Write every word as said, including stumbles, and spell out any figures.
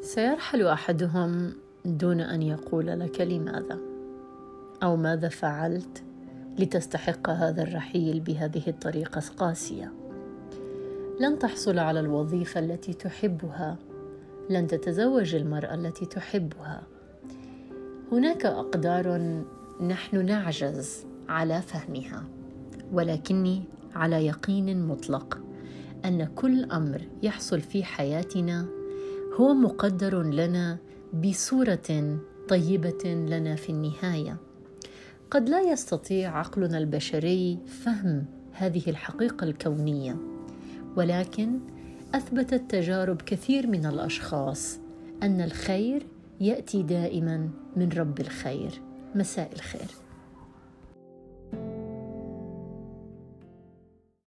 سيرحل أحدهم دون أن يقول لك لماذا أو ماذا فعلت لتستحق هذا الرحيل بهذه الطريقة القاسية. لن تحصل على الوظيفة التي تحبها، لن تتزوج المرأة التي تحبها. هناك أقدار نحن نعجز على فهمها، ولكني على يقين مطلق أن كل أمر يحصل في حياتنا هو مقدر لنا بصورة طيبة لنا في النهاية. قد لا يستطيع عقلنا البشري فهم هذه الحقيقة الكونية، ولكن أثبتت تجارب كثير من الأشخاص أن الخير يأتي دائما من رب الخير. مساء الخير.